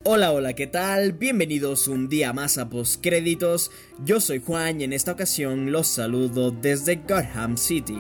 Hola, hola, ¿qué tal? Bienvenidos un día más a Postcréditos. Yo soy Juan y en esta ocasión los saludo desde Gotham City.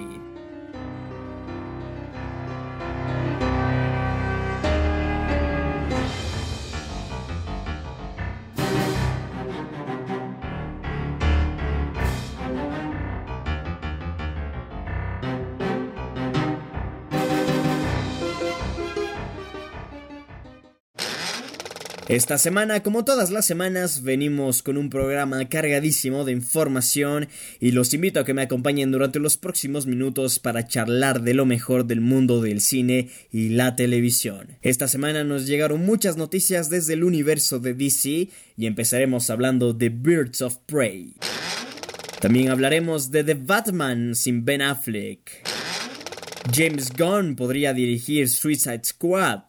Esta semana, como todas las semanas, venimos con un programa cargadísimo de información y los invito a que me acompañen durante los próximos minutos para charlar de lo mejor del mundo del cine y la televisión. Esta semana nos llegaron muchas noticias desde el universo de DC y empezaremos hablando de Birds of Prey. También hablaremos de The Batman sin Ben Affleck. James Gunn podría dirigir Suicide Squad.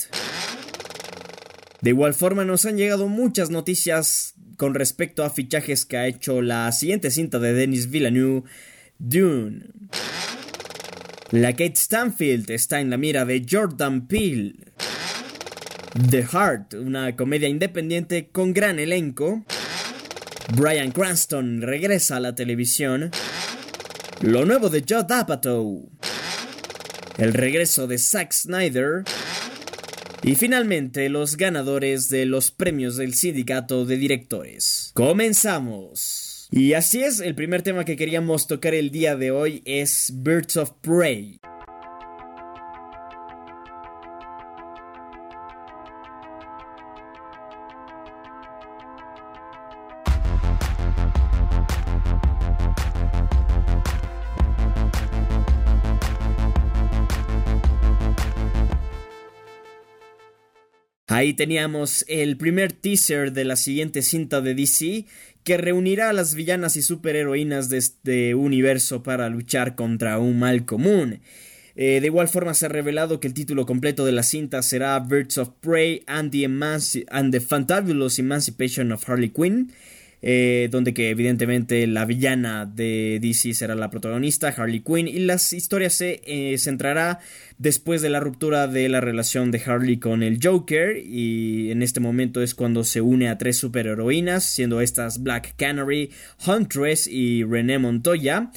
De igual forma nos han llegado muchas noticias con respecto a fichajes que ha hecho la siguiente cinta de Denis Villeneuve, Dune. La Kate Stanfield está en la mira de Jordan Peele. The Heart, una comedia independiente con gran elenco. Bryan Cranston regresa a la televisión. Lo nuevo de Judd Apatow. El regreso de Zack Snyder. Y finalmente, los ganadores de los premios del Sindicato de Directores. ¡Comenzamos! Y así es, el primer tema que queríamos tocar el día de hoy es Birds of Prey. Ahí teníamos el primer teaser de la siguiente cinta de DC que reunirá a las villanas y superheroínas de este universo para luchar contra un mal común. De igual forma se ha revelado que el título completo de la cinta será Birds of Prey and the Fantabulous Emancipation of Harley Quinn. Donde que evidentemente la villana de DC será la protagonista, Harley Quinn, y las historias se centrará después de la ruptura de la relación de Harley con el Joker, y en este momento es cuando se une a tres superheroínas, siendo estas Black Canary, Huntress y Renee Montoya.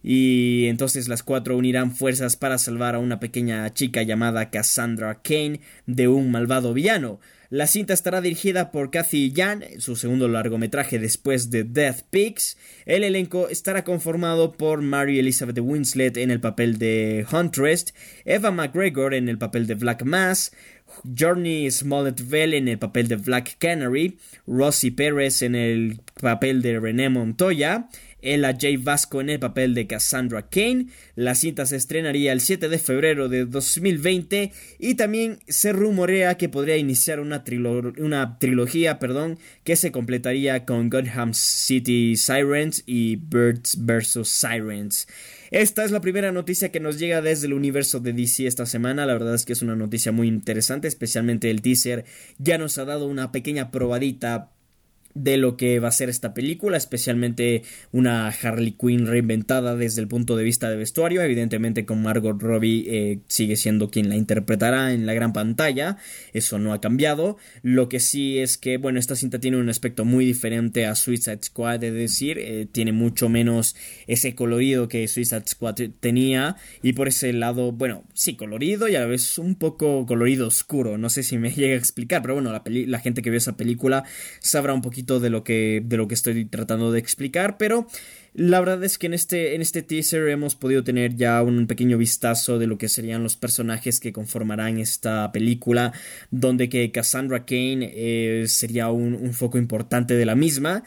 Y entonces las cuatro unirán fuerzas para salvar a una pequeña chica llamada Cassandra Cain de un malvado villano. La cinta estará dirigida por Cathy Yan, su segundo largometraje después de Death Pigs. El elenco estará conformado por Mary Elizabeth Winstead en el papel de Huntress, Eva McGregor en el papel de Black Mass, Journey Smollett-Bell en el papel de Black Canary, Rosie Perez en el papel de Renee Montoya, Ella J. Vasco en el papel de Cassandra Cain. La cinta se estrenaría el 7 de febrero de 2020 y también se rumorea que podría iniciar una trilogía que se completaría con Gotham City Sirens y Birds vs. Sirens. Esta es la primera noticia que nos llega desde el universo de DC esta semana. La verdad es que es una noticia muy interesante, especialmente el teaser ya nos ha dado una pequeña probadita de lo que va a ser esta película, especialmente una Harley Quinn reinventada desde el punto de vista de vestuario. Evidentemente con Margot Robbie sigue siendo quien la interpretará en la gran pantalla, eso no ha cambiado. Lo que sí es que, bueno, esta cinta tiene un aspecto muy diferente a Suicide Squad, es decir, tiene mucho menos ese colorido que Suicide Squad tenía, y por ese lado, bueno, sí, colorido y a la vez un poco colorido oscuro, no sé si me llega a explicar, pero bueno, la gente que vio esa película sabrá un poquito de lo que estoy tratando de explicar, pero la verdad es que en este teaser hemos podido tener ya un pequeño vistazo de lo que serían los personajes que conformarán esta película, donde que Cassandra Cain sería un foco importante de la misma.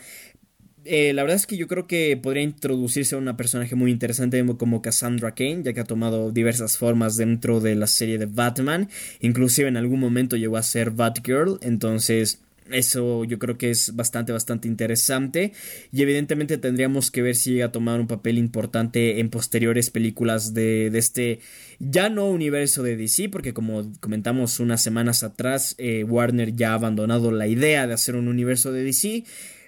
La verdad es que yo creo que podría introducirse a una personaje muy interesante como Cassandra Cain, ya que ha tomado diversas formas dentro de la serie de Batman, inclusive en algún momento llegó a ser Batgirl, entonces eso yo creo que es bastante interesante, y evidentemente tendríamos que ver si llega a tomar un papel importante en posteriores películas de este ya no universo de DC, porque como comentamos unas semanas atrás, Warner ya ha abandonado la idea de hacer un universo de DC.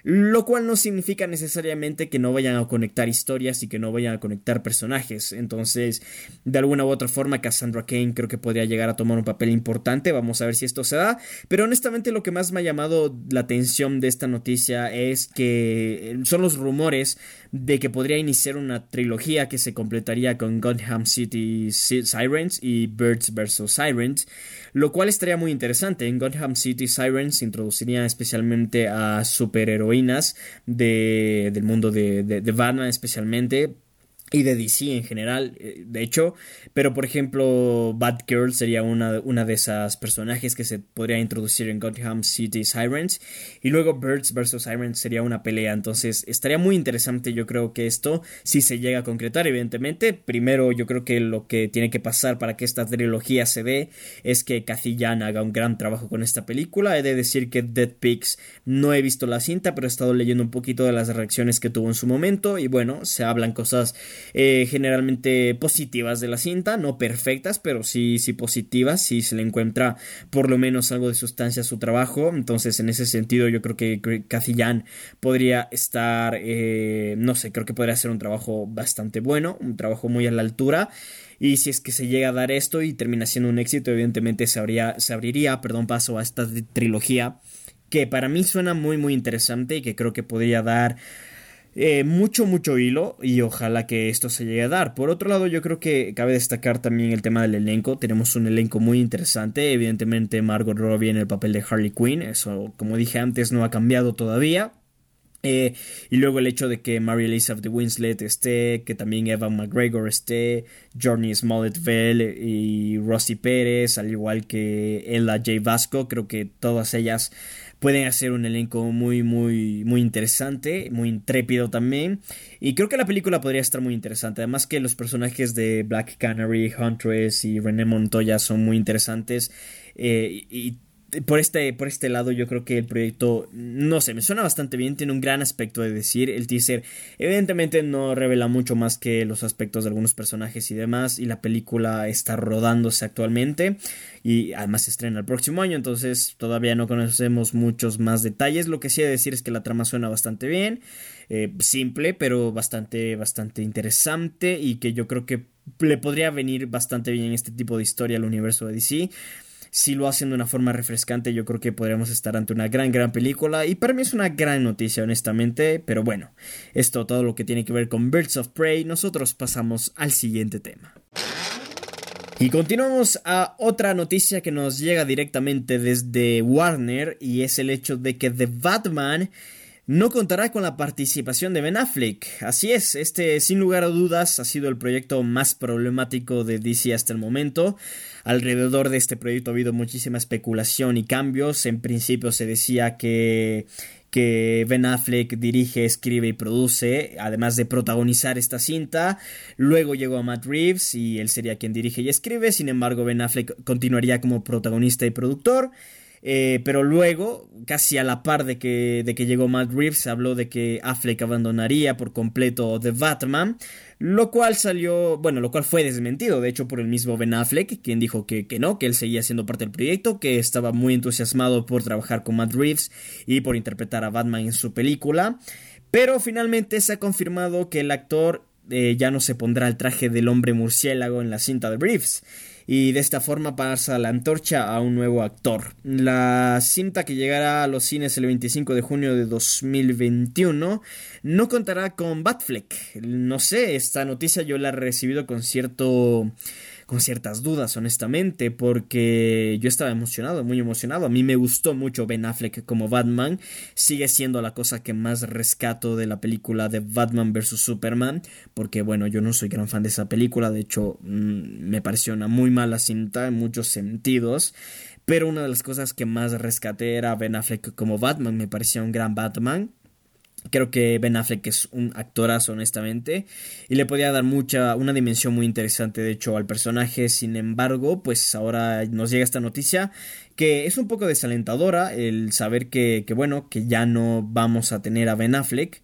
lo cual no significa necesariamente que no vayan a conectar historias y que no vayan a conectar personajes. Entonces, de alguna u otra forma, Cassandra Cain creo que podría llegar a tomar un papel importante. Vamos a ver si esto se da. Pero honestamente lo que más me ha llamado la atención de esta noticia es que son los rumores de que podría iniciar una trilogía que se completaría con Gotham City Sirens y Birds vs. Sirens, lo cual estaría muy interesante. En Gotham City Sirens introduciría especialmente a superheroínas del mundo de Batman especialmente, y de DC en general, de hecho. Pero por ejemplo, Batgirl sería una de esas personajes que se podría introducir en Gotham City Sirens. Y luego Birds vs. Sirens sería una pelea. Entonces estaría muy interesante, yo creo, que esto, si se llega a concretar, evidentemente. Primero, yo creo que lo que tiene que pasar para que esta trilogía se dé es que Cathy Yan haga un gran trabajo con esta película. He de decir que Dead Pigs no he visto la cinta, pero he estado leyendo un poquito de las reacciones que tuvo en su momento. Y bueno, se hablan cosas generalmente positivas de la cinta, no perfectas, pero sí positivas, sí se le encuentra por lo menos algo de sustancia a su trabajo. Entonces en ese sentido yo creo que Cathy Yan podría estar, no sé, creo que podría ser un trabajo bastante bueno, un trabajo muy a la altura. Y si es que se llega a dar esto y termina siendo un éxito, evidentemente se abriría paso a esta trilogía, que para mí suena muy muy interesante y que creo que podría dar mucho hilo, y ojalá que esto se llegue a dar. Por otro lado, yo creo que cabe destacar también el tema del elenco. Tenemos un elenco muy interesante. Evidentemente Margot Robbie en el papel de Harley Quinn, eso, como dije antes, no ha cambiado todavía. Y luego el hecho de que Mary Elizabeth Winstead esté, que también Evan McGregor esté, Journey Smollett-Bell y Rosie Pérez, al igual que Ella J. Vasco. Creo que todas ellas pueden hacer un elenco muy interesante, muy intrépido también. Y creo que la película podría estar muy interesante. Además que los personajes de Black Canary, Huntress y René Montoya son muy interesantes. Y por este lado yo creo que el proyecto, no sé, me suena bastante bien, tiene un gran aspecto de decir. El teaser evidentemente no revela mucho más que los aspectos de algunos personajes y demás, y la película está rodándose actualmente y además se estrena el próximo año, entonces todavía no conocemos muchos más detalles. Lo que sí he de decir es que la trama suena bastante bien, simple pero bastante interesante, y que yo creo que le podría venir bastante bien este tipo de historia al universo de DC. Si lo hacen de una forma refrescante, yo creo que podríamos estar ante una gran película, y para mí es una gran noticia, honestamente. Pero bueno, esto todo lo que tiene que ver con Birds of Prey. Nosotros pasamos al siguiente tema. Y continuamos a otra noticia que nos llega directamente desde Warner, y es el hecho de que The Batman no contará con la participación de Ben Affleck. Así es, este sin lugar a dudas ha sido el proyecto más problemático de DC hasta el momento. Alrededor de este proyecto ha habido muchísima especulación y cambios. En principio se decía que Ben Affleck dirige, escribe y produce, además de protagonizar esta cinta. Luego llegó a Matt Reeves y él sería quien dirige y escribe. Sin embargo, Ben Affleck continuaría como protagonista y productor. Pero luego, casi a la par de que llegó Matt Reeves, se habló de que Affleck abandonaría por completo The Batman, lo cual fue desmentido, de hecho, por el mismo Ben Affleck, quien dijo que no, que él seguía siendo parte del proyecto, que estaba muy entusiasmado por trabajar con Matt Reeves y por interpretar a Batman en su película. Pero finalmente se ha confirmado que el actor ya no se pondrá el traje del hombre murciélago en la cinta de Reeves, y de esta forma pasa la antorcha a un nuevo actor. La cinta, que llegará a los cines el 25 de junio de 2021, no contará con Batfleck. No sé, esta noticia yo la he recibido con ciertas dudas, honestamente, porque yo estaba emocionado, muy emocionado. A mí me gustó mucho Ben Affleck como Batman. Sigue siendo la cosa que más rescato de la película de Batman vs Superman, porque bueno, yo no soy gran fan de esa película. De hecho, me pareció una muy mala cinta en muchos sentidos, pero una de las cosas que más rescaté era Ben Affleck como Batman. Me parecía un gran Batman. Creo que Ben Affleck es un actorazo, honestamente, y le podía dar una dimensión muy interesante, de hecho, al personaje. Sin embargo, pues ahora nos llega esta noticia que es un poco desalentadora, el saber que ya no vamos a tener a Ben Affleck.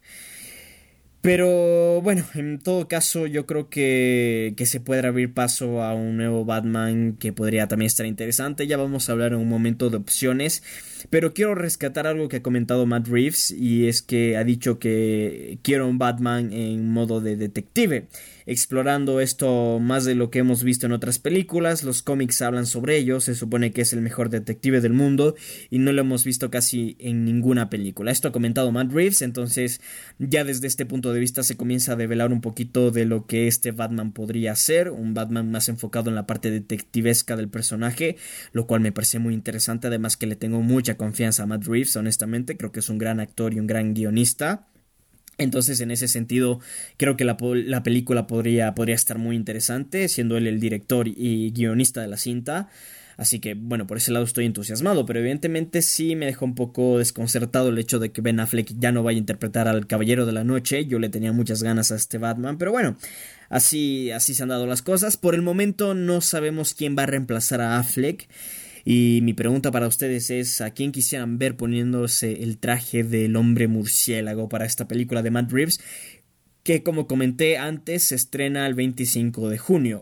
Pero bueno, en todo caso yo creo que se puede abrir paso a un nuevo Batman que podría también estar interesante. Ya vamos a hablar en un momento de opciones. Pero quiero rescatar algo que ha comentado Matt Reeves, y es que ha dicho que quiere un Batman en modo de detective, explorando esto más de lo que hemos visto en otras películas. Los cómics hablan sobre ello, se supone que es el mejor detective del mundo y no lo hemos visto casi en ninguna película. Esto ha comentado Matt Reeves, entonces ya desde este punto de vista se comienza a develar un poquito de lo que este Batman podría ser, un Batman más enfocado en la parte detectivesca del personaje, lo cual me parece muy interesante, además que le tengo mucha confianza a Matt Reeves, honestamente, creo que es un gran actor y un gran guionista. Entonces, en ese sentido, creo que la película podría estar muy interesante, siendo él el director y guionista de la cinta. Así que, bueno, por ese lado estoy entusiasmado, pero evidentemente sí me dejó un poco desconcertado el hecho de que Ben Affleck ya no vaya a interpretar al Caballero de la Noche. Yo le tenía muchas ganas a este Batman, pero bueno, así se han dado las cosas. Por el momento no sabemos quién va a reemplazar a Affleck. Y mi pregunta para ustedes es: ¿a quién quisieran ver poniéndose el traje del hombre murciélago para esta película de Matt Reeves? Que, como comenté antes, se estrena el 25 de junio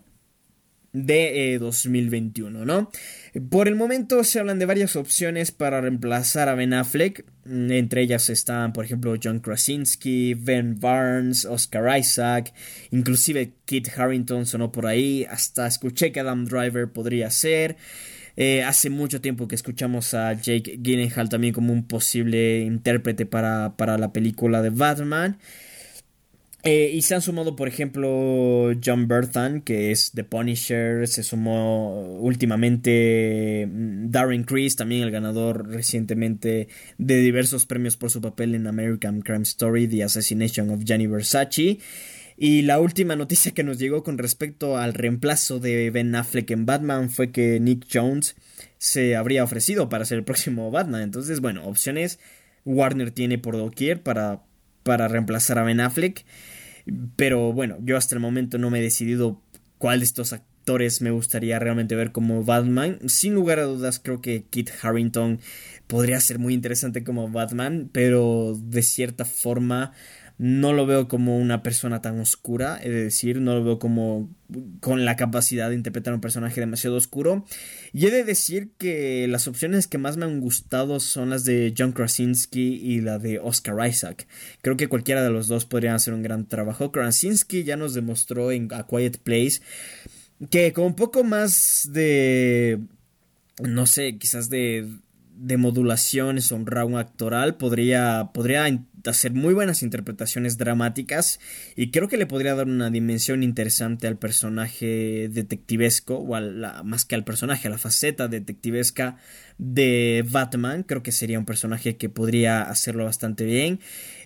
de 2021, ¿no? Por el momento se hablan de varias opciones para reemplazar a Ben Affleck. Entre ellas están, por ejemplo, John Krasinski, Ben Barnes, Oscar Isaac, inclusive Kit Harington sonó por ahí. Hasta escuché que Adam Driver podría ser. Hace mucho tiempo que escuchamos a Jake Gyllenhaal también como un posible intérprete para la película de Batman. Y se han sumado, por ejemplo, John Bertham, que es The Punisher. Se sumó últimamente Darren Criss, también el ganador recientemente de diversos premios por su papel en American Crime Story, The Assassination of Gianni Versace. Y la última noticia que nos llegó con respecto al reemplazo de Ben Affleck en Batman fue que Nick Jones se habría ofrecido para ser el próximo Batman. Entonces, bueno, opciones Warner tiene por doquier para reemplazar a Ben Affleck. Pero bueno, yo hasta el momento no me he decidido cuál de estos actores me gustaría realmente ver como Batman. Sin lugar a dudas, creo que Kit Harington podría ser muy interesante como Batman, pero de cierta forma no lo veo como una persona tan oscura, es decir, no lo veo como con la capacidad de interpretar un personaje demasiado oscuro. Y he de decir que las opciones que más me han gustado son las de John Krasinski y la de Oscar Isaac. Creo que cualquiera de los dos podrían hacer un gran trabajo. Krasinski ya nos demostró en A Quiet Place que con un poco más de, no sé, quizás de modulaciones o un rango actoral podría hacer muy buenas interpretaciones dramáticas, y creo que le podría dar una dimensión interesante al personaje detectivesco, o más que al personaje, a la faceta detectivesca de Batman. Creo que sería un personaje que podría hacerlo bastante bien.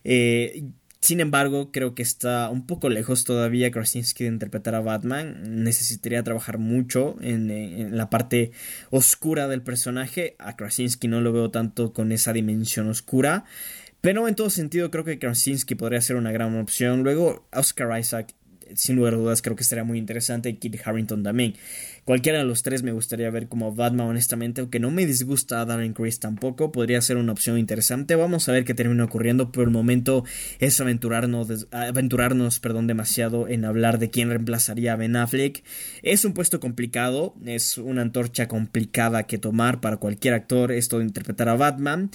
Sin embargo, creo que está un poco lejos todavía Krasinski de interpretar a Batman. Necesitaría trabajar mucho en la parte oscura del personaje. A Krasinski no lo veo tanto con esa dimensión oscura, pero en todo sentido creo que Krasinski podría ser una gran opción. Luego Oscar Isaac, sin lugar a dudas, creo que estaría muy interesante, y Kit Harington también. Cualquiera de los tres me gustaría ver como Batman, honestamente, aunque no me disgusta a Darren Criss tampoco, podría ser una opción interesante. Vamos a ver qué termina ocurriendo. Por el momento es aventurarnos demasiado en hablar de quién reemplazaría a Ben Affleck. Es un puesto complicado, es una antorcha complicada que tomar para cualquier actor esto de interpretar a Batman.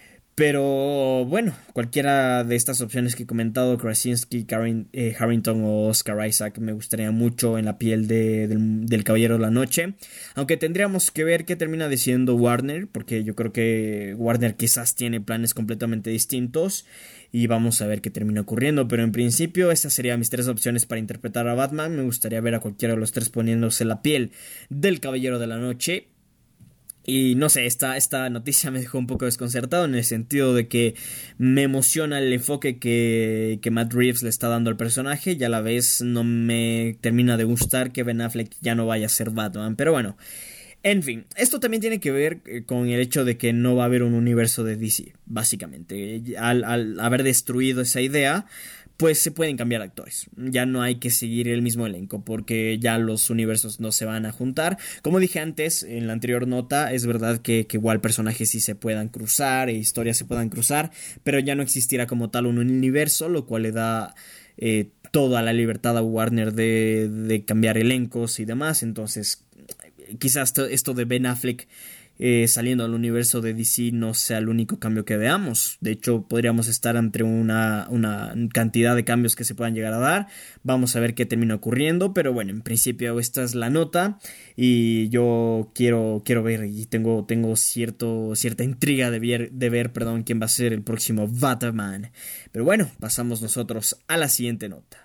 Pero bueno, cualquiera de estas opciones que he comentado, Krasinski, Harington o Oscar Isaac, me gustaría mucho en la piel del Caballero de la Noche. Aunque tendríamos que ver qué termina diciendo Warner, porque yo creo que Warner quizás tiene planes completamente distintos, y vamos a ver qué termina ocurriendo. Pero en principio estas serían mis tres opciones para interpretar a Batman. Me gustaría ver a cualquiera de los tres poniéndose la piel del Caballero de la Noche. Y no sé, esta noticia me dejó un poco desconcertado, en el sentido de que me emociona el enfoque que Matt Reeves le está dando al personaje, y a la vez no me termina de gustar que Ben Affleck ya no vaya a ser Batman. Pero bueno, en fin, esto también tiene que ver con el hecho de que no va a haber un universo de DC, básicamente. Al haber destruido esa idea, pues se pueden cambiar actores. Ya no hay que seguir el mismo elenco, porque ya los universos no se van a juntar. Como dije antes en la anterior nota, es verdad que igual personajes sí se puedan cruzar e historias se puedan cruzar, pero ya no existirá como tal un universo, lo cual le da toda la libertad a Warner de cambiar elencos y demás. Entonces quizás esto de Ben Affleck saliendo al universo de DC no sea el único cambio que veamos. De hecho, podríamos estar ante una cantidad de cambios que se puedan llegar a dar. Vamos a ver qué termina ocurriendo, pero bueno, en principio esta es la nota y yo quiero ver y tengo cierta intriga de ver, quién va a ser el próximo Batman. Pero bueno, pasamos nosotros a la siguiente nota.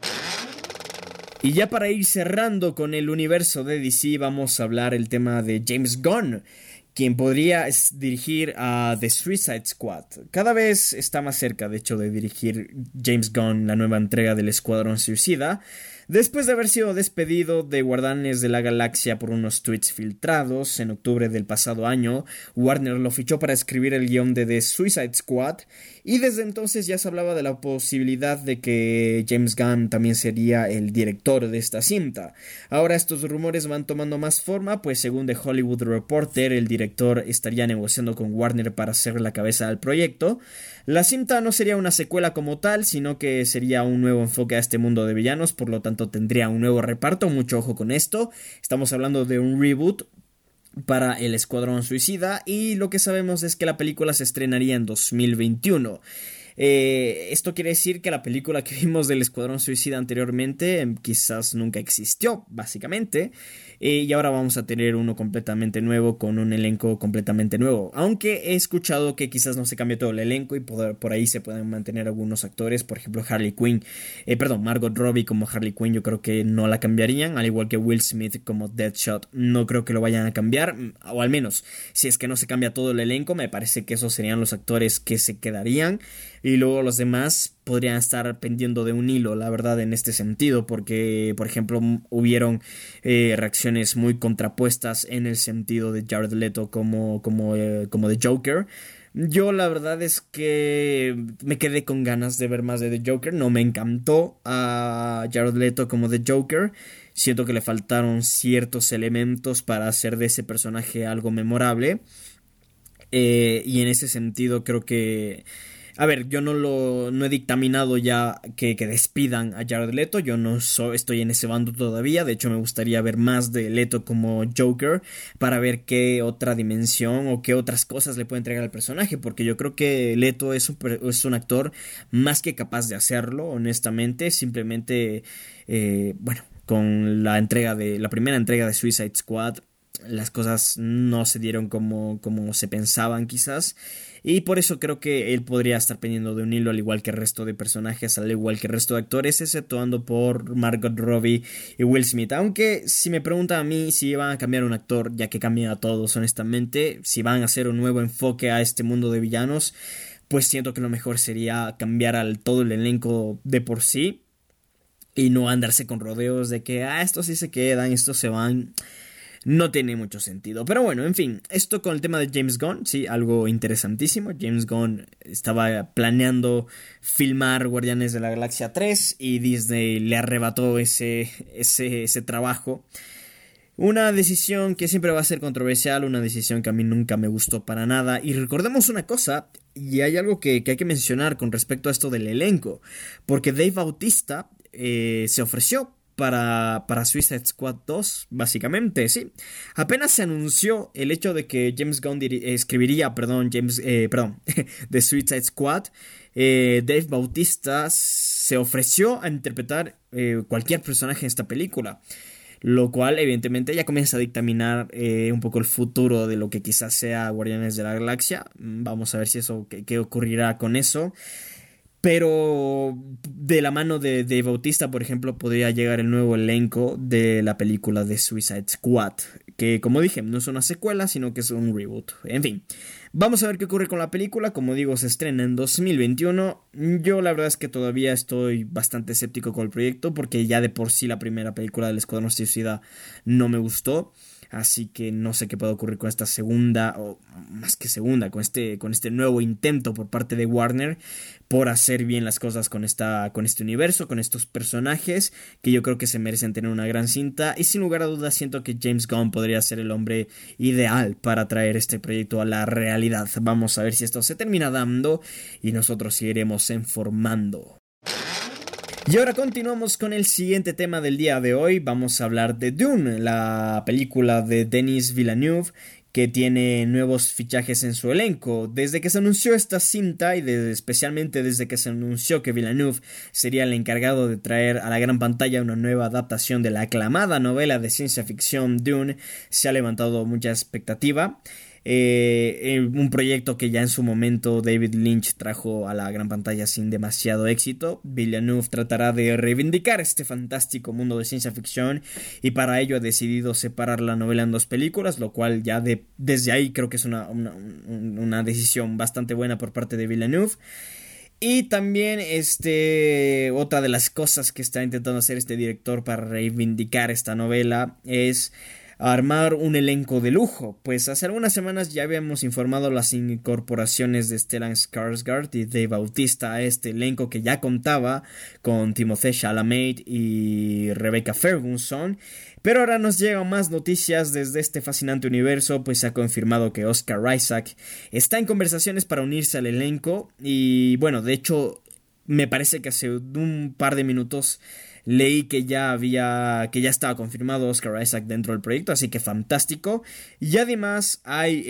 Y ya para ir cerrando con el universo de DC, vamos a hablar el tema de James Gunn, quien podría dirigir a The Suicide Squad. Cada vez está más cerca, de hecho, de dirigir James Gunn la nueva entrega del Escuadrón Suicida, después de haber sido despedido de Guardianes de la Galaxia por unos tweets filtrados. En octubre del pasado año, Warner lo fichó para escribir el guión de The Suicide Squad, y desde entonces ya se hablaba de la posibilidad de que James Gunn también sería el director de esta cinta. Ahora estos rumores van tomando más forma, pues según The Hollywood Reporter, el director estaría negociando con Warner para ser la cabeza del proyecto. La cinta no sería una secuela como tal, sino que sería un nuevo enfoque a este mundo de villanos, por lo tanto tendría un nuevo reparto. Mucho ojo con esto, estamos hablando de un reboot para el Escuadrón Suicida, y lo que sabemos es que la película se estrenaría en 2021. Esto quiere decir que la película que vimos del Escuadrón Suicida anteriormente quizás nunca existió, básicamente, y ahora vamos a tener uno completamente nuevo, con un elenco completamente nuevo, aunque he escuchado que quizás no se cambie todo el elenco y por ahí se pueden mantener algunos actores. Por ejemplo, Margot Robbie como Harley Quinn, yo creo que no la cambiarían, al igual que Will Smith como Deadshot, no creo que lo vayan a cambiar, o al menos si es que no se cambia todo el elenco, me parece que esos serían los actores que se quedarían, y luego los demás podrían estar pendiendo de un hilo, la verdad, en este sentido, porque, por ejemplo, hubieron reacciones muy contrapuestas en el sentido de Jared Leto como The Joker. Yo la verdad es que me quedé con ganas de ver más de The Joker. No me encantó a Jared Leto como The Joker. Siento que le faltaron ciertos elementos para hacer de ese personaje algo memorable. Y en ese sentido creo que... A ver, yo no he dictaminado ya que despidan a Jared Leto. Yo no estoy en ese bando todavía. De hecho, me gustaría ver más de Leto como Joker, para ver qué otra dimensión o qué otras cosas le puede entregar al personaje, porque yo creo que Leto es un actor más que capaz de hacerlo, honestamente. Simplemente, con la primera entrega de Suicide Squad, las cosas no se dieron como se pensaban quizás, y por eso creo que él podría estar pendiendo de un hilo, al igual que el resto de personajes, al igual que el resto de actores, exceptuando por Margot Robbie y Will Smith. Aunque si me preguntan a mí si van a cambiar un actor, ya que cambian a todos honestamente, si van a hacer un nuevo enfoque a este mundo de villanos, pues siento que lo mejor sería cambiar todo el elenco de por sí, y no andarse con rodeos de que estos sí se quedan, estos se van. No tiene mucho sentido. Pero bueno, en fin, esto con el tema de James Gunn, sí, algo interesantísimo. James Gunn estaba planeando filmar Guardianes de la Galaxia 3 y Disney le arrebató ese trabajo. Una decisión que siempre va a ser controversial, una decisión que a mí nunca me gustó para nada. Y recordemos una cosa, y hay algo que hay que mencionar con respecto a esto del elenco, porque Dave Bautista se ofreció para Suicide Squad 2, básicamente, sí. Apenas se anunció el hecho de que James Gunn escribiría, The Suicide Squad, Dave Bautista se ofreció a interpretar cualquier personaje en esta película, lo cual evidentemente ya comienza a dictaminar un poco el futuro de lo que quizás sea Guardianes de la Galaxia. Vamos a ver si qué ocurrirá con eso. Pero de la mano de Bautista, por ejemplo, podría llegar el nuevo elenco de la película de Suicide Squad, que, como dije, no es una secuela, sino que es un reboot. En fin, vamos a ver qué ocurre con la película. Como digo, se estrena en 2021. Yo la verdad es que todavía estoy bastante escéptico con el proyecto, porque ya de por sí la primera película del Escuadrón Suicida no me gustó. Así que no sé qué puede ocurrir con esta segunda, o más que segunda, con este nuevo intento por parte de Warner por hacer bien las cosas con este universo, con estos personajes, que yo creo que se merecen tener una gran cinta. Y sin lugar a dudas siento que James Gunn podría ser el hombre ideal para traer este proyecto a la realidad. Vamos a ver si esto se termina dando y nosotros seguiremos informando. Y ahora continuamos con el siguiente tema del día de hoy. Vamos a hablar de Dune, la película de Denis Villeneuve, que tiene nuevos fichajes en su elenco. Desde que se anunció esta cinta y especialmente desde que se anunció que Villeneuve sería el encargado de traer a la gran pantalla una nueva adaptación de la aclamada novela de ciencia ficción Dune, se ha levantado mucha expectativa. Un proyecto que ya en su momento David Lynch trajo a la gran pantalla sin demasiado éxito. Villeneuve tratará de reivindicar este fantástico mundo de ciencia ficción y para ello ha decidido separar la novela en dos películas, lo cual ya desde ahí creo que es una decisión bastante buena por parte de Villeneuve. Y también otra de las cosas que está intentando hacer este director para reivindicar esta novela es armar un elenco de lujo. Pues hace algunas semanas ya habíamos informado las incorporaciones de Stellan Skarsgård y Dave Bautista a este elenco que ya contaba con Timothée Chalamet y Rebecca Ferguson. Pero ahora nos llegan más noticias desde este fascinante universo, pues se ha confirmado que Oscar Isaac está en conversaciones para unirse al elenco y bueno, de hecho me parece que hace un par de minutos leí que ya estaba confirmado Oscar Isaac dentro del proyecto, así que fantástico. Y además hay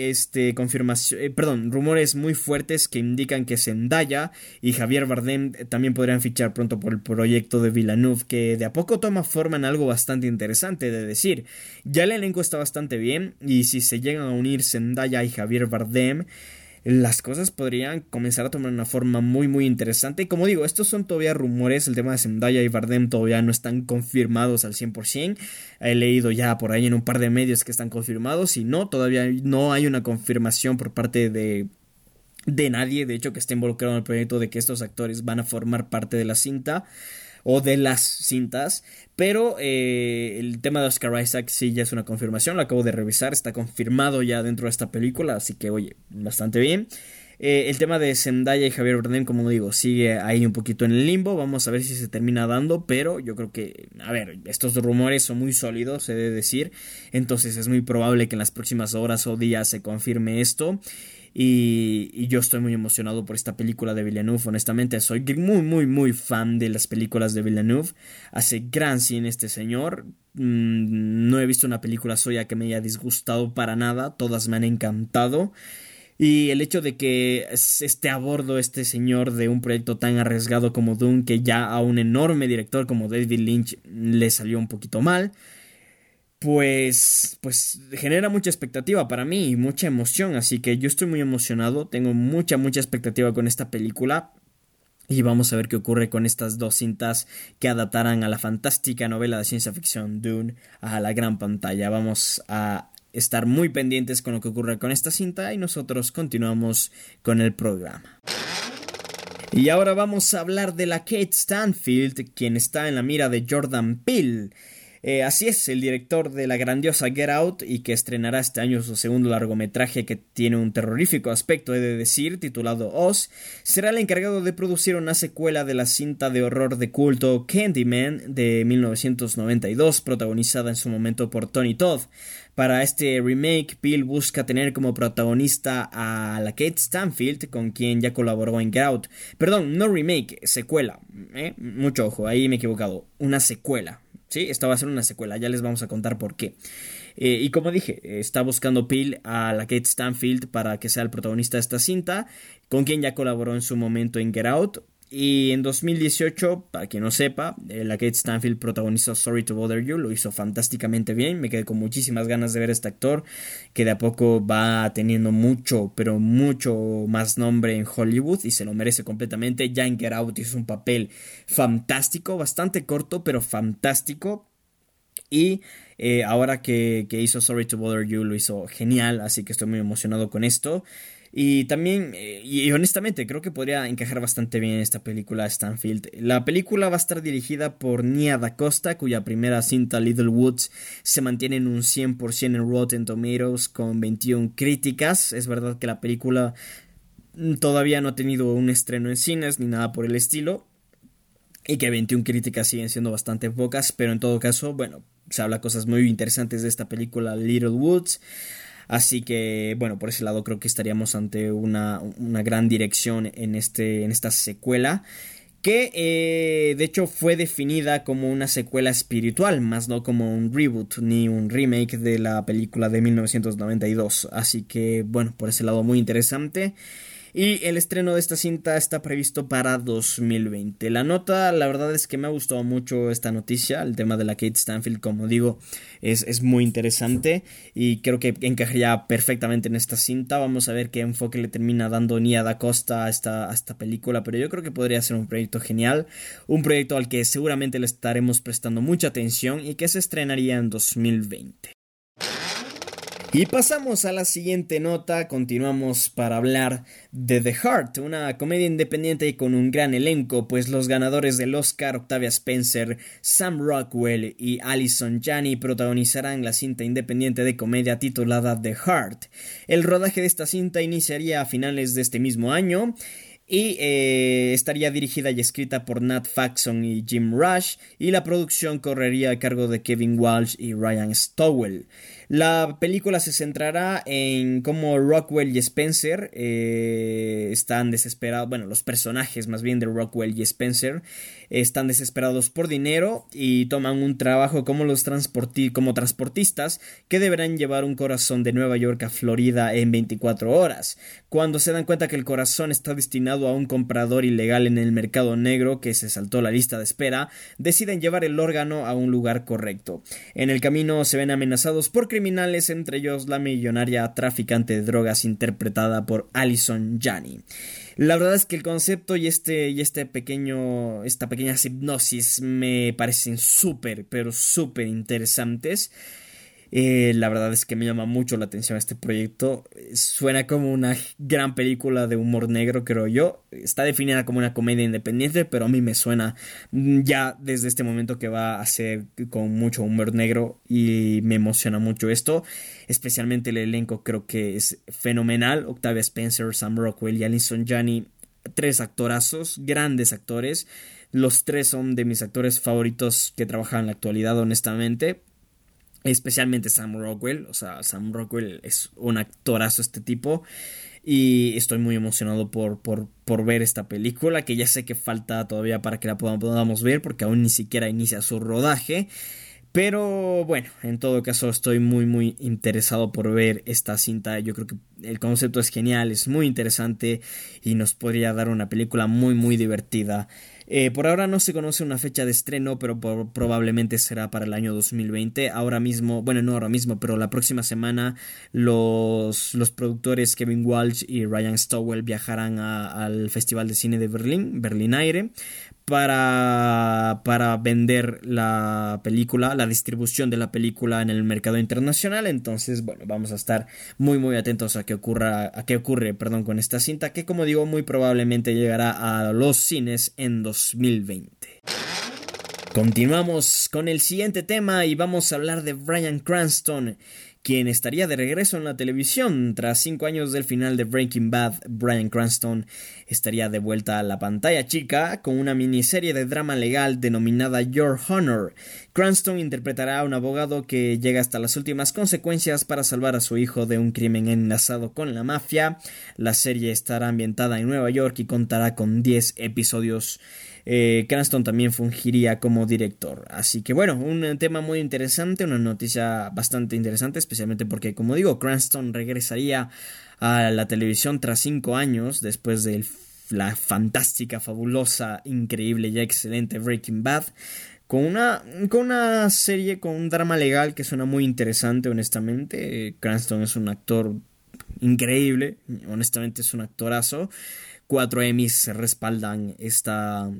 rumores muy fuertes que indican que Zendaya y Javier Bardem también podrían fichar pronto por el proyecto de Villeneuve, que de a poco toma forma en algo bastante interesante de decir. Ya el elenco está bastante bien y si se llegan a unir Zendaya y Javier Bardem, las cosas podrían comenzar a tomar una forma muy muy interesante. Como digo, estos son todavía rumores, el tema de Zendaya y Bardem todavía no están confirmados al 100%. He leído ya por ahí en un par de medios que están confirmados y no, todavía no hay una confirmación por parte de nadie, de hecho, que esté involucrado en el proyecto de que estos actores van a formar parte de la cinta o de las cintas, pero el tema de Oscar Isaac sí ya es una confirmación, lo acabo de revisar, está confirmado ya dentro de esta película, así que oye, bastante bien. El tema de Zendaya y Javier Bardem, como digo, sigue ahí un poquito en el limbo, vamos a ver si se termina dando, pero yo creo que, a ver, estos rumores son muy sólidos, se debe decir, entonces es muy probable que en las próximas horas o días se confirme esto. Y yo estoy muy emocionado por esta película de Villeneuve. Honestamente soy muy muy muy fan de las películas de Villeneuve. Hace gran cine este señor. No he visto una película suya que me haya disgustado para nada. Todas me han encantado. Y el hecho de que esté a bordo este señor de un proyecto tan arriesgado como Dune, que ya a un enorme director como David Lynch le salió un poquito mal, pues genera mucha expectativa para mí y mucha emoción, así que yo estoy muy emocionado, tengo mucha expectativa con esta película y vamos a ver qué ocurre con estas dos cintas que adaptarán a la fantástica novela de ciencia ficción Dune a la gran pantalla. Vamos a estar muy pendientes con lo que ocurre con esta cinta y nosotros continuamos con el programa. Y ahora vamos a hablar de la Kate Stanfield, quien está en la mira de Jordan Peele. Así es, el director de la grandiosa Get Out y que estrenará este año su segundo largometraje que tiene un terrorífico aspecto, he de decir, titulado Oz, será el encargado de producir una secuela de la cinta de horror de culto Candyman de 1992, protagonizada en su momento por Tony Todd. Para este remake, Peele busca tener como protagonista a la Kate Stanfield, con quien ya colaboró en Get Out. Perdón, no remake, secuela. Mucho ojo, ahí me he equivocado. Una secuela. Sí, esta va a ser una secuela, ya les vamos a contar por qué. Y como dije, está buscando Peele a la Kate Stanfield para que sea el protagonista de esta cinta, con quien ya colaboró en su momento en Get Out. Y en 2018, para quien no sepa, la Kate Stanfield protagonizó Sorry to Bother You, lo hizo fantásticamente bien, me quedé con muchísimas ganas de ver a este actor, que de a poco va teniendo mucho, pero mucho más nombre en Hollywood y se lo merece completamente. Ya en Get Out hizo un papel fantástico, bastante corto, pero fantástico. Y ahora que hizo Sorry to Bother You lo hizo genial, así que estoy muy emocionado con esto. Y también, y honestamente, creo que podría encajar bastante bien en esta película Stanfield. La película va a estar dirigida por Nia Da Costa, cuya primera cinta Little Woods se mantiene en un 100% en Rotten Tomatoes con 21 críticas. Es verdad que la película todavía no ha tenido un estreno en cines ni nada por el estilo, y que 21 críticas siguen siendo bastante pocas, pero en todo caso, bueno, se habla cosas muy interesantes de esta película Little Woods. Así que, bueno, por ese lado creo que estaríamos ante una gran dirección en esta secuela, que de hecho fue definida como una secuela espiritual, más no como un reboot ni un remake de la película de 1992. Así que bueno, por ese lado muy interesante. Y el estreno de esta cinta está previsto para 2020. La nota, la verdad es que me ha gustado mucho esta noticia. El tema de la Kate Stanfield, como digo, es muy interesante y creo que encajaría perfectamente en esta cinta. Vamos a ver qué enfoque le termina dando Nia Da Costa a esta película, pero yo creo que podría ser un proyecto genial, un proyecto al que seguramente le estaremos prestando mucha atención y que se estrenaría en 2020. Y pasamos a la siguiente nota, continuamos para hablar de The Heart, una comedia independiente con un gran elenco, pues los ganadores del Oscar, Octavia Spencer, Sam Rockwell y Allison Janney protagonizarán la cinta independiente de comedia titulada The Heart. El rodaje de esta cinta iniciaría a finales de este mismo año y estaría dirigida y escrita por Nat Faxon y Jim Rush, y la producción correría a cargo de Kevin Walsh y Ryan Stowell. La película se centrará en cómo Rockwell y Spencer están desesperados, bueno, los personajes más bien de Rockwell y Spencer están desesperados por dinero y toman un trabajo como como transportistas que deberán llevar un corazón de Nueva York a Florida en 24 horas. Cuando se dan cuenta que el corazón está destinado a un comprador ilegal en el mercado negro que se saltó la lista de espera, deciden llevar el órgano a un lugar correcto. En el camino se ven amenazados por criminales, entre ellos la millonaria traficante de drogas interpretada por Allison Janney. La verdad es que el concepto y esta pequeña hipnosis me parecen súper, pero súper interesantes. La verdad es que me llama mucho la atención este proyecto. Suena como una gran película de humor negro, creo yo. Está definida como una comedia independiente, pero a mí me suena ya desde este momento que va a ser con mucho humor negro y me emociona mucho esto. Especialmente el elenco creo que es fenomenal. Octavia Spencer, Sam Rockwell y Allison Janney, tres actorazos, grandes actores. Los tres son de mis actores favoritos que trabajan en la actualidad, honestamente. Especialmente Sam Rockwell, o sea, Sam Rockwell es un actorazo este tipo y estoy muy emocionado por ver esta película, que ya sé que falta todavía para que la podamos ver porque aún ni siquiera inicia su rodaje. Pero bueno, en todo caso estoy muy interesado por ver esta cinta. Yo creo que el concepto es genial, es muy interesante y nos podría dar una película muy divertida. Por ahora no se conoce una fecha de estreno, pero probablemente será para el año 2020. Ahora mismo, bueno, no ahora mismo, pero la próxima semana los productores Kevin Walsh y Ryan Stowell viajarán al Festival de Cine de Berlinaire, para vender la película, la distribución de la película en el mercado internacional. Entonces, bueno, vamos a estar muy atentos a qué ocurre con esta cinta, que como digo, muy probablemente llegará a los cines en 2020. Continuamos con el siguiente tema y vamos a hablar de Bryan Cranston, quien estaría de regreso en la televisión. Tras 5 años del final de Breaking Bad, Bryan Cranston estaría de vuelta a la pantalla chica con una miniserie de drama legal denominada Your Honor. Cranston interpretará a un abogado que llega hasta las últimas consecuencias para salvar a su hijo de un crimen enlazado con la mafia. La serie estará ambientada en Nueva York y contará con 10 episodios. Cranston también fungiría como director. Así que bueno, un tema muy interesante, una noticia bastante interesante, especialmente porque, como digo, Cranston regresaría a la televisión tras 5 años después de la fantástica, fabulosa, increíble y excelente Breaking Bad, con una serie, con un drama legal que suena muy interesante, honestamente. Cranston es un actor increíble, honestamente es un actorazo. 4 Emmys respaldan esta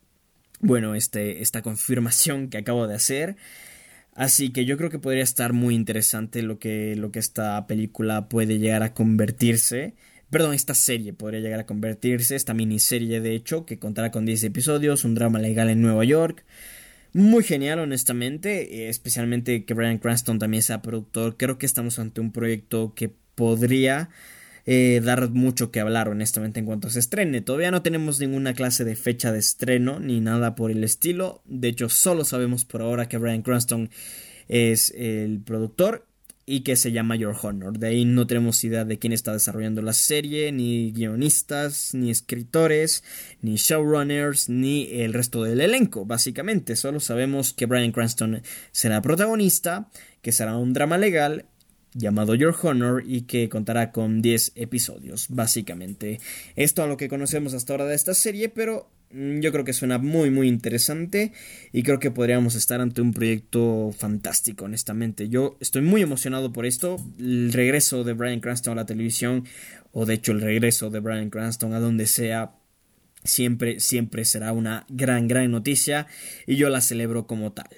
confirmación que acabo de hacer. Así que yo creo que podría estar muy interesante lo que esta película puede llegar a convertirse. Perdón, esta serie podría llegar a convertirse, esta miniserie de hecho, que contará con 10 episodios, un drama legal en Nueva York. Muy genial, honestamente, especialmente que Bryan Cranston también sea productor. Creo que estamos ante un proyecto que podría dar mucho que hablar, honestamente, en cuanto se estrene. Todavía no tenemos ninguna clase de fecha de estreno ni nada por el estilo. De hecho, solo sabemos por ahora que Bryan Cranston es el productor. y que se llama Your Honor. De ahí no tenemos idea de quién está desarrollando la serie, ni guionistas, ni escritores, ni showrunners, ni el resto del elenco, básicamente. Solo sabemos que Bryan Cranston será protagonista, que será un drama legal llamado Your Honor y que contará con 10 episodios, básicamente. Esto es lo que conocemos hasta ahora de esta serie, pero yo creo que suena muy muy interesante y creo que podríamos estar ante un proyecto fantástico, honestamente. Yo estoy muy emocionado por esto, el regreso de Bryan Cranston a la televisión, o de hecho el regreso de Bryan Cranston a donde sea, siempre será una gran noticia y yo la celebro como tal.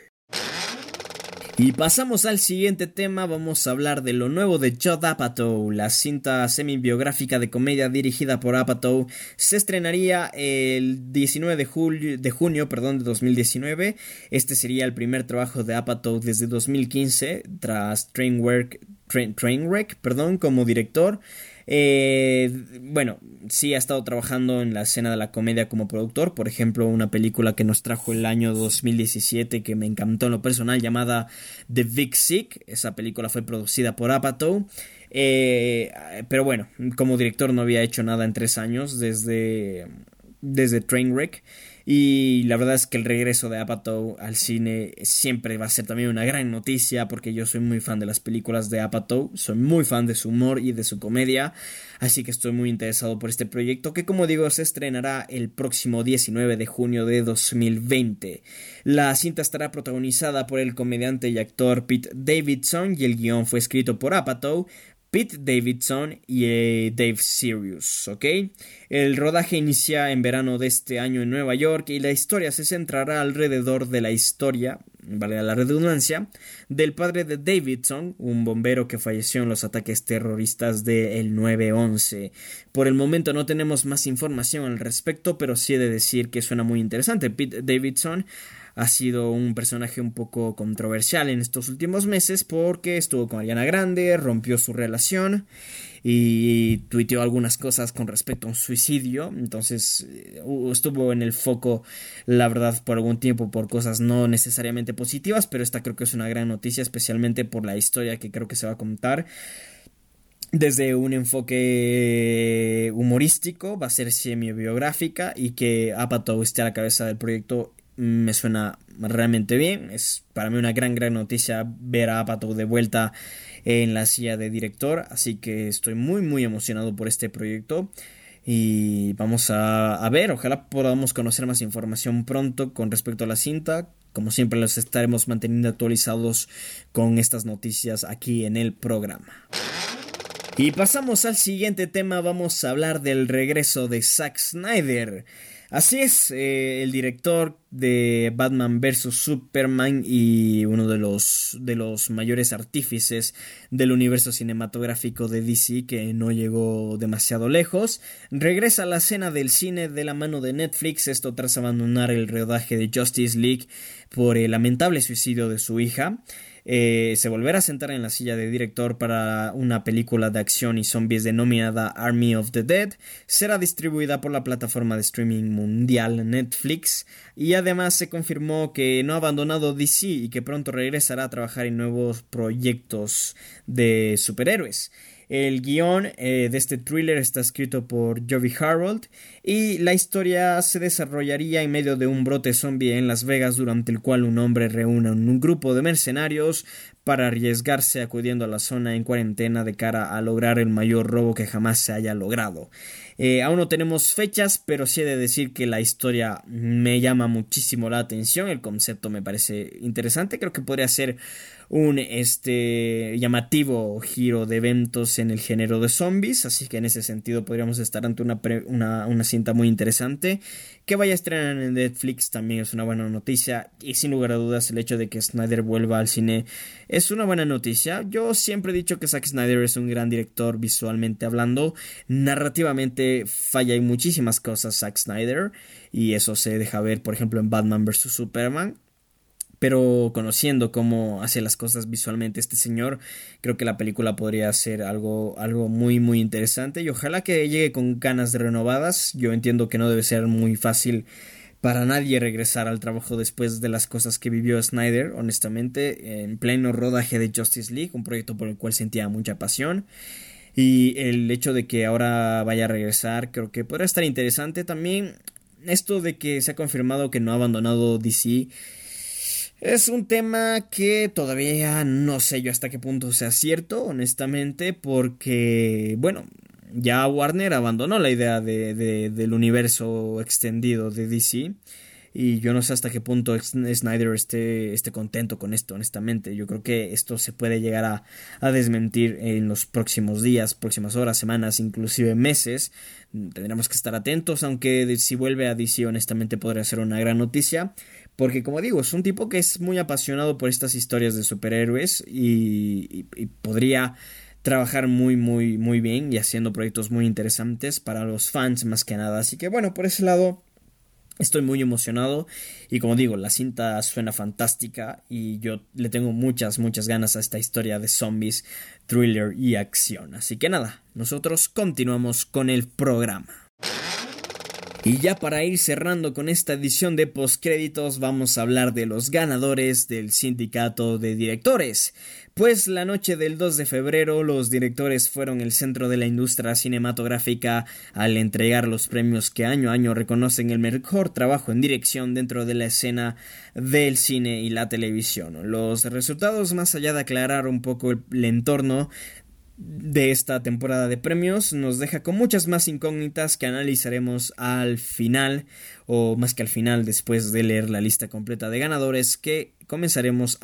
Y pasamos al siguiente tema, vamos a hablar de lo nuevo de Judd Apatow. La cinta semi-biográfica de comedia dirigida por Apatow se estrenaría el 19 de junio de 2019. Este sería el primer trabajo de Apatow desde 2015, tras Trainwreck, como director. Bueno, sí ha estado trabajando en la escena de la comedia como productor. Por ejemplo, una película que nos trajo el año 2017 que me encantó en lo personal, llamada The Big Sick. Esa película fue producida por Apatow. Pero bueno, como director no había hecho nada en 3 años desde Trainwreck. Y la verdad es que el regreso de Apatow al cine siempre va a ser también una gran noticia, porque yo soy muy fan de las películas de Apatow, soy muy fan de su humor y de su comedia, así que estoy muy interesado por este proyecto que, como digo, se estrenará el próximo 19 de junio de 2020. La cinta estará protagonizada por el comediante y actor Pete Davidson y el guión fue escrito por Apatow, Pete Davidson y Dave Sirius, ¿ok? El rodaje inicia en verano de este año en Nueva York y la historia se centrará alrededor de la historia, vale la redundancia, del padre de Davidson, un bombero que falleció en los ataques terroristas del 9/11. Por el momento no tenemos más información al respecto, pero sí he de decir que suena muy interesante. Pete Davidson ha sido un personaje un poco controversial en estos últimos meses porque estuvo con Ariana Grande, rompió su relación y tuiteó algunas cosas con respecto a un suicidio. Entonces estuvo en el foco, la verdad, por algún tiempo por cosas no necesariamente positivas, pero esta creo que es una gran noticia, especialmente por la historia que creo que se va a contar. Desde un enfoque humorístico, va a ser semi-biográfica, y que Apatow esté a la cabeza del proyecto me suena realmente bien. Es para mí una gran noticia ver a Apatow de vuelta en la silla de director, así que estoy muy emocionado por este proyecto y vamos a ver, ojalá podamos conocer más información pronto con respecto a la cinta. Como siempre los estaremos manteniendo actualizados con estas noticias aquí en el programa. Y pasamos al siguiente tema, vamos a hablar del regreso de Zack Snyder. Así es, el director de Batman vs Superman y uno de los mayores artífices del universo cinematográfico de DC, que no llegó demasiado lejos, regresa a la escena del cine de la mano de Netflix, esto tras abandonar el rodaje de Justice League por el lamentable suicidio de su hija. Se volverá a sentar en la silla de director para una película de acción y zombies denominada Army of the Dead. Será distribuida por la plataforma de streaming mundial Netflix, y además se confirmó que no ha abandonado DC y que pronto regresará a trabajar en nuevos proyectos de superhéroes. El guión de este thriller está escrito por Jovi Harold y la historia se desarrollaría en medio de un brote zombie en Las Vegas, durante el cual un hombre reúne un grupo de mercenarios para arriesgarse acudiendo a la zona en cuarentena de cara a lograr el mayor robo que jamás se haya logrado. Aún no tenemos fechas, pero sí he de decir que la historia me llama muchísimo la atención. El concepto me parece interesante. Creo que podría ser un llamativo giro de eventos en el género de zombies, así que en ese sentido podríamos estar ante una cinta muy interesante. Que vaya a estrenar en Netflix también es una buena noticia, y sin lugar a dudas el hecho de que Snyder vuelva al cine es una buena noticia. Yo siempre he dicho que Zack Snyder es un gran director visualmente hablando. Narrativamente falla en muchísimas cosas Zack Snyder, y eso se deja ver por ejemplo en Batman vs Superman. Pero conociendo cómo hace las cosas visualmente este señor, creo que la película podría ser algo muy interesante, y ojalá que llegue con ganas renovadas. Yo entiendo que no debe ser muy fácil para nadie regresar al trabajo después de las cosas que vivió Snyder, honestamente, en pleno rodaje de Justice League, un proyecto por el cual sentía mucha pasión. Y el hecho de que ahora vaya a regresar creo que podrá estar interesante. También esto de que se ha confirmado que no ha abandonado DC es un tema que todavía no sé yo hasta qué punto sea cierto, honestamente, porque, bueno, ya Warner abandonó la idea del universo extendido de DC. Y yo no sé hasta qué punto Snyder esté contento con esto, honestamente. Yo creo que esto se puede llegar a desmentir en los próximos días, próximas horas, semanas, inclusive meses. Tendremos que estar atentos, aunque si vuelve a DC, honestamente podría ser una gran noticia. Porque, como digo, es un tipo que es muy apasionado por estas historias de superhéroes y podría trabajar muy, muy, muy bien y haciendo proyectos muy interesantes para los fans más que nada. Así que, bueno, por ese lado estoy muy emocionado y, como digo, la cinta suena fantástica y yo le tengo muchas, muchas ganas a esta historia de zombies, thriller y acción. Así que nada, nosotros continuamos con el programa. Y ya para ir cerrando con esta edición de postcréditos, vamos a hablar de los ganadores del sindicato de directores. Pues la noche del 2 de febrero los directores fueron el centro de la industria cinematográfica al entregar los premios que año a año reconocen el mejor trabajo en dirección dentro de la escena del cine y la televisión. Los resultados, más allá de aclarar un poco el entorno de esta temporada de premios, nos deja con muchas más incógnitas que analizaremos al final, o más que al final, después de leer la lista completa de ganadores, que comenzaremos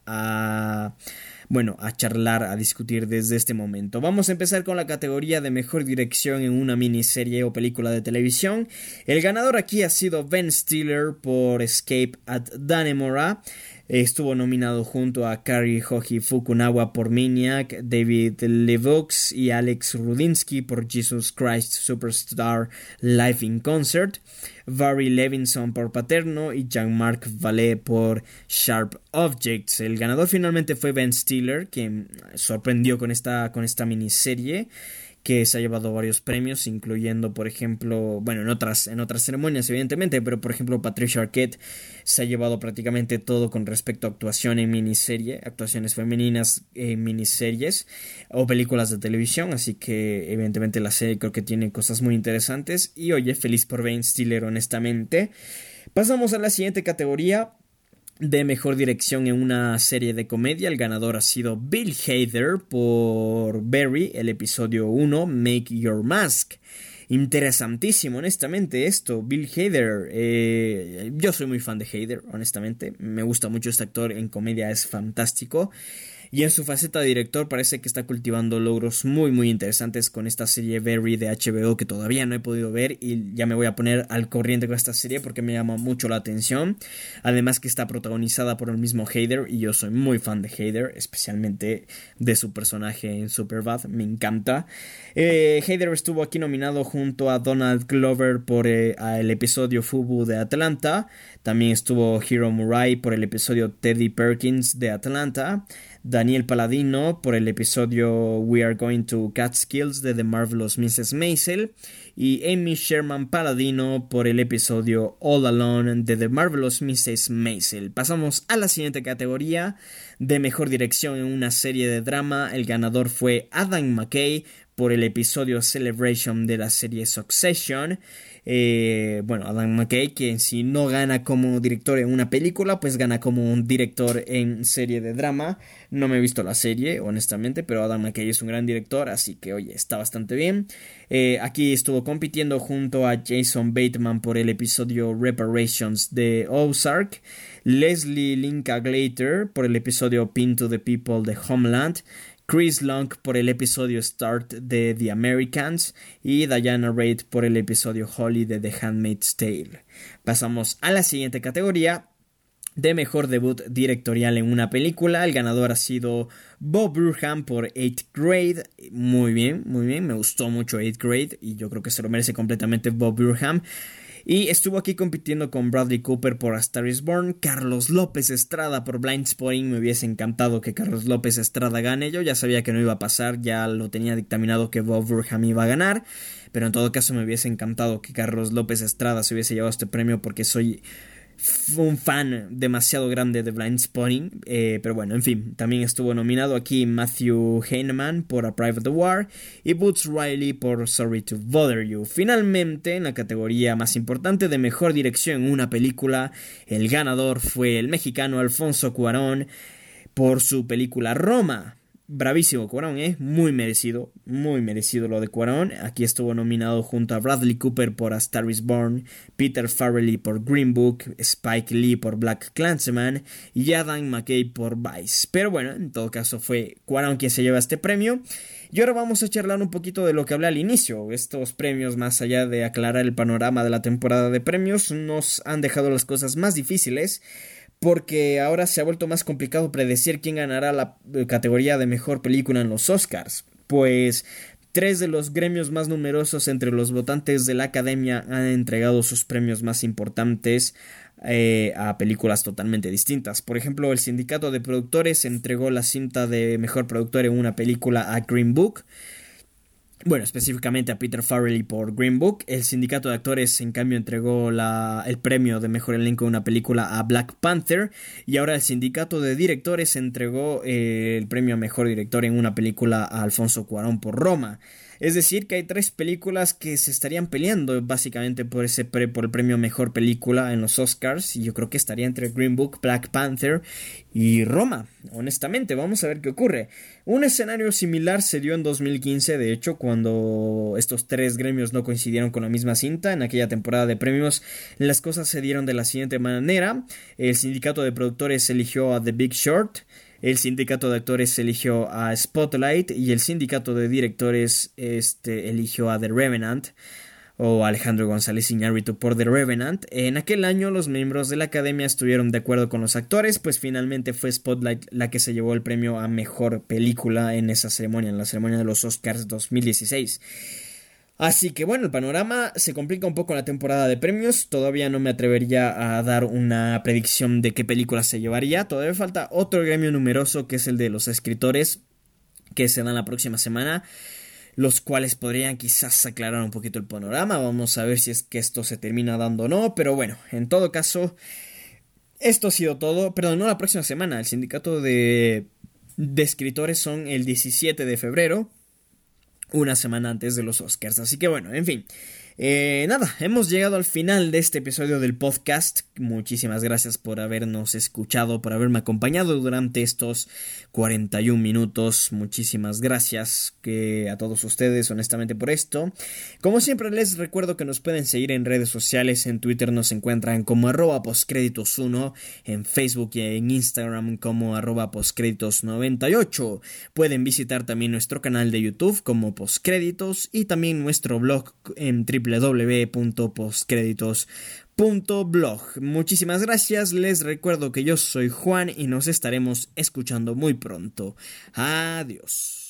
a charlar, a discutir desde este momento. Vamos a empezar con la categoría de mejor dirección en una miniserie o película de televisión. El ganador aquí ha sido Ben Stiller por Escape at Dannemora. Estuvo nominado junto a Cary Hoji Fukunaga por Maniac, David Levaux y Alex Rudinsky por Jesus Christ Superstar Live in Concert, Barry Levinson por Paterno y Jean-Marc Vallée por Sharp Objects. El ganador finalmente fue Ben Stiller, quien sorprendió con esta miniserie, que se ha llevado varios premios, incluyendo, por ejemplo, en otras ceremonias, evidentemente, pero por ejemplo Patricia Arquette se ha llevado prácticamente todo con respecto a actuación en miniserie, actuaciones femeninas en miniseries o películas de televisión, así que evidentemente la serie creo que tiene cosas muy interesantes y oye, feliz por Ben Stiller, honestamente. Pasamos a la siguiente categoría de mejor dirección en una serie de comedia. El ganador ha sido Bill Hader por Barry, el episodio 1, Make Your Mask. Interesantísimo, honestamente, esto. Bill Hader, yo soy muy fan de Hader, honestamente. Me gusta mucho este actor, en comedia es fantástico. Y en su faceta de director parece que está cultivando logros muy muy interesantes con esta serie Barry de HBO, que todavía no he podido ver y ya me voy a poner al corriente con esta serie porque me llama mucho la atención. Además que está protagonizada por el mismo Hader y yo soy muy fan de Hader, especialmente de su personaje en Superbad, me encanta. Hader estuvo aquí nominado junto a Donald Glover por el episodio Fubu de Atlanta. También estuvo Hiro Murai por el episodio Teddy Perkins de Atlanta, Daniel Palladino por el episodio We Are Going to Catskills de The Marvelous Mrs. Maisel y Amy Sherman Palladino por el episodio All Alone de The Marvelous Mrs. Maisel. Pasamos a la siguiente categoría de mejor dirección en una serie de drama. El ganador fue Adam McKay por el episodio Celebration de la serie Succession. Adam McKay, que si no gana como director en una película, pues gana como un director en serie de drama. No me he visto la serie, honestamente, pero Adam McKay es un gran director, así que oye, está bastante bien. Aquí estuvo compitiendo junto a Jason Bateman por el episodio Reparations de Ozark, Leslie Linklater por el episodio Pin to the People de Homeland, Chris Long por el episodio Start de The Americans y Diana Reid por el episodio Holly de The Handmaid's Tale. Pasamos a la siguiente categoría de mejor debut directorial en una película. El ganador ha sido Bob Burnham por 8th Grade. Muy bien, me gustó mucho 8th Grade y yo creo que se lo merece completamente Bob Burnham. Y estuvo aquí compitiendo con Bradley Cooper por A Star is Born, Carlos López Estrada por Blindspotting. Me hubiese encantado que Carlos López Estrada gane. Yo ya sabía que no iba a pasar, ya lo tenía dictaminado que Bob Burnham iba a ganar, pero en todo caso me hubiese encantado que Carlos López Estrada se hubiese llevado este premio porque soy un fan demasiado grande de Blindspotting, pero bueno, en fin, también estuvo nominado aquí Matthew Heineman por A Private War y Boots Riley por Sorry to Bother You. Finalmente, en la categoría más importante de mejor dirección en una película, el ganador fue el mexicano Alfonso Cuarón por su película Roma. Bravísimo Cuarón, muy merecido lo de Cuarón. Aquí estuvo nominado junto a Bradley Cooper por A Star is Born, Peter Farrelly por Green Book, Spike Lee por Black Klansman y Adam McKay por Vice. Pero bueno, en todo caso fue Cuarón quien se lleva este premio. Y ahora vamos a charlar un poquito de lo que hablé al inicio. Estos premios, más allá de aclarar el panorama de la temporada de premios, nos han dejado las cosas más difíciles, porque ahora se ha vuelto más complicado predecir quién ganará la categoría de mejor película en los Oscars, pues 3 de los gremios más numerosos entre los votantes de la Academia han entregado sus premios más importantes a películas totalmente distintas. Por ejemplo, el sindicato de productores entregó la cinta de mejor productor en una película a Green Book. Bueno, específicamente a Peter Farrelly por Green Book. El sindicato de actores, en cambio, entregó el premio de mejor elenco de una película a Black Panther. Y ahora el sindicato de directores entregó el premio a mejor director en una película a Alfonso Cuarón por Roma. Es decir, que hay 3 películas que se estarían peleando básicamente por el premio mejor película en los Oscars, y yo creo que estaría entre Green Book, Black Panther y Roma. Honestamente, vamos a ver qué ocurre. Un escenario similar se dio en 2015, de hecho, cuando estos 3 gremios no coincidieron con la misma cinta. En aquella temporada de premios las cosas se dieron de la siguiente manera: el sindicato de productores eligió a The Big Short, el sindicato de actores eligió a Spotlight y el sindicato de directores eligió a The Revenant, o Alejandro González Iñárritu por The Revenant. En aquel año los miembros de la academia estuvieron de acuerdo con los actores, pues finalmente fue Spotlight la que se llevó el premio a mejor película en esa ceremonia, en la ceremonia de los Oscars 2016. Así que bueno, el panorama se complica un poco en la temporada de premios. Todavía no me atrevería a dar una predicción de qué película se llevaría. Todavía falta otro gremio numeroso, que es el de los escritores, que se dan la próxima semana, los cuales podrían quizás aclarar un poquito el panorama. Vamos a ver si es que esto se termina dando o no, pero bueno, en todo caso, esto ha sido todo. Perdón, no la próxima semana, el sindicato de escritores son el 17 de febrero, una semana antes de los Oscars. Así que bueno, en fin, nada, hemos llegado al final de este episodio del podcast. Muchísimas gracias por habernos escuchado, por haberme acompañado durante estos 41 minutos. Muchísimas gracias a todos ustedes, honestamente, por esto. Como siempre, les recuerdo que nos pueden seguir en redes sociales. En Twitter nos encuentran como @postcréditos1, en Facebook y en Instagram como @postcréditos98. Pueden visitar también nuestro canal de YouTube como Postcréditos y también nuestro blog en www.postcreditos.blog. Muchísimas gracias, les recuerdo que yo soy Juan y nos estaremos escuchando muy pronto. Adiós.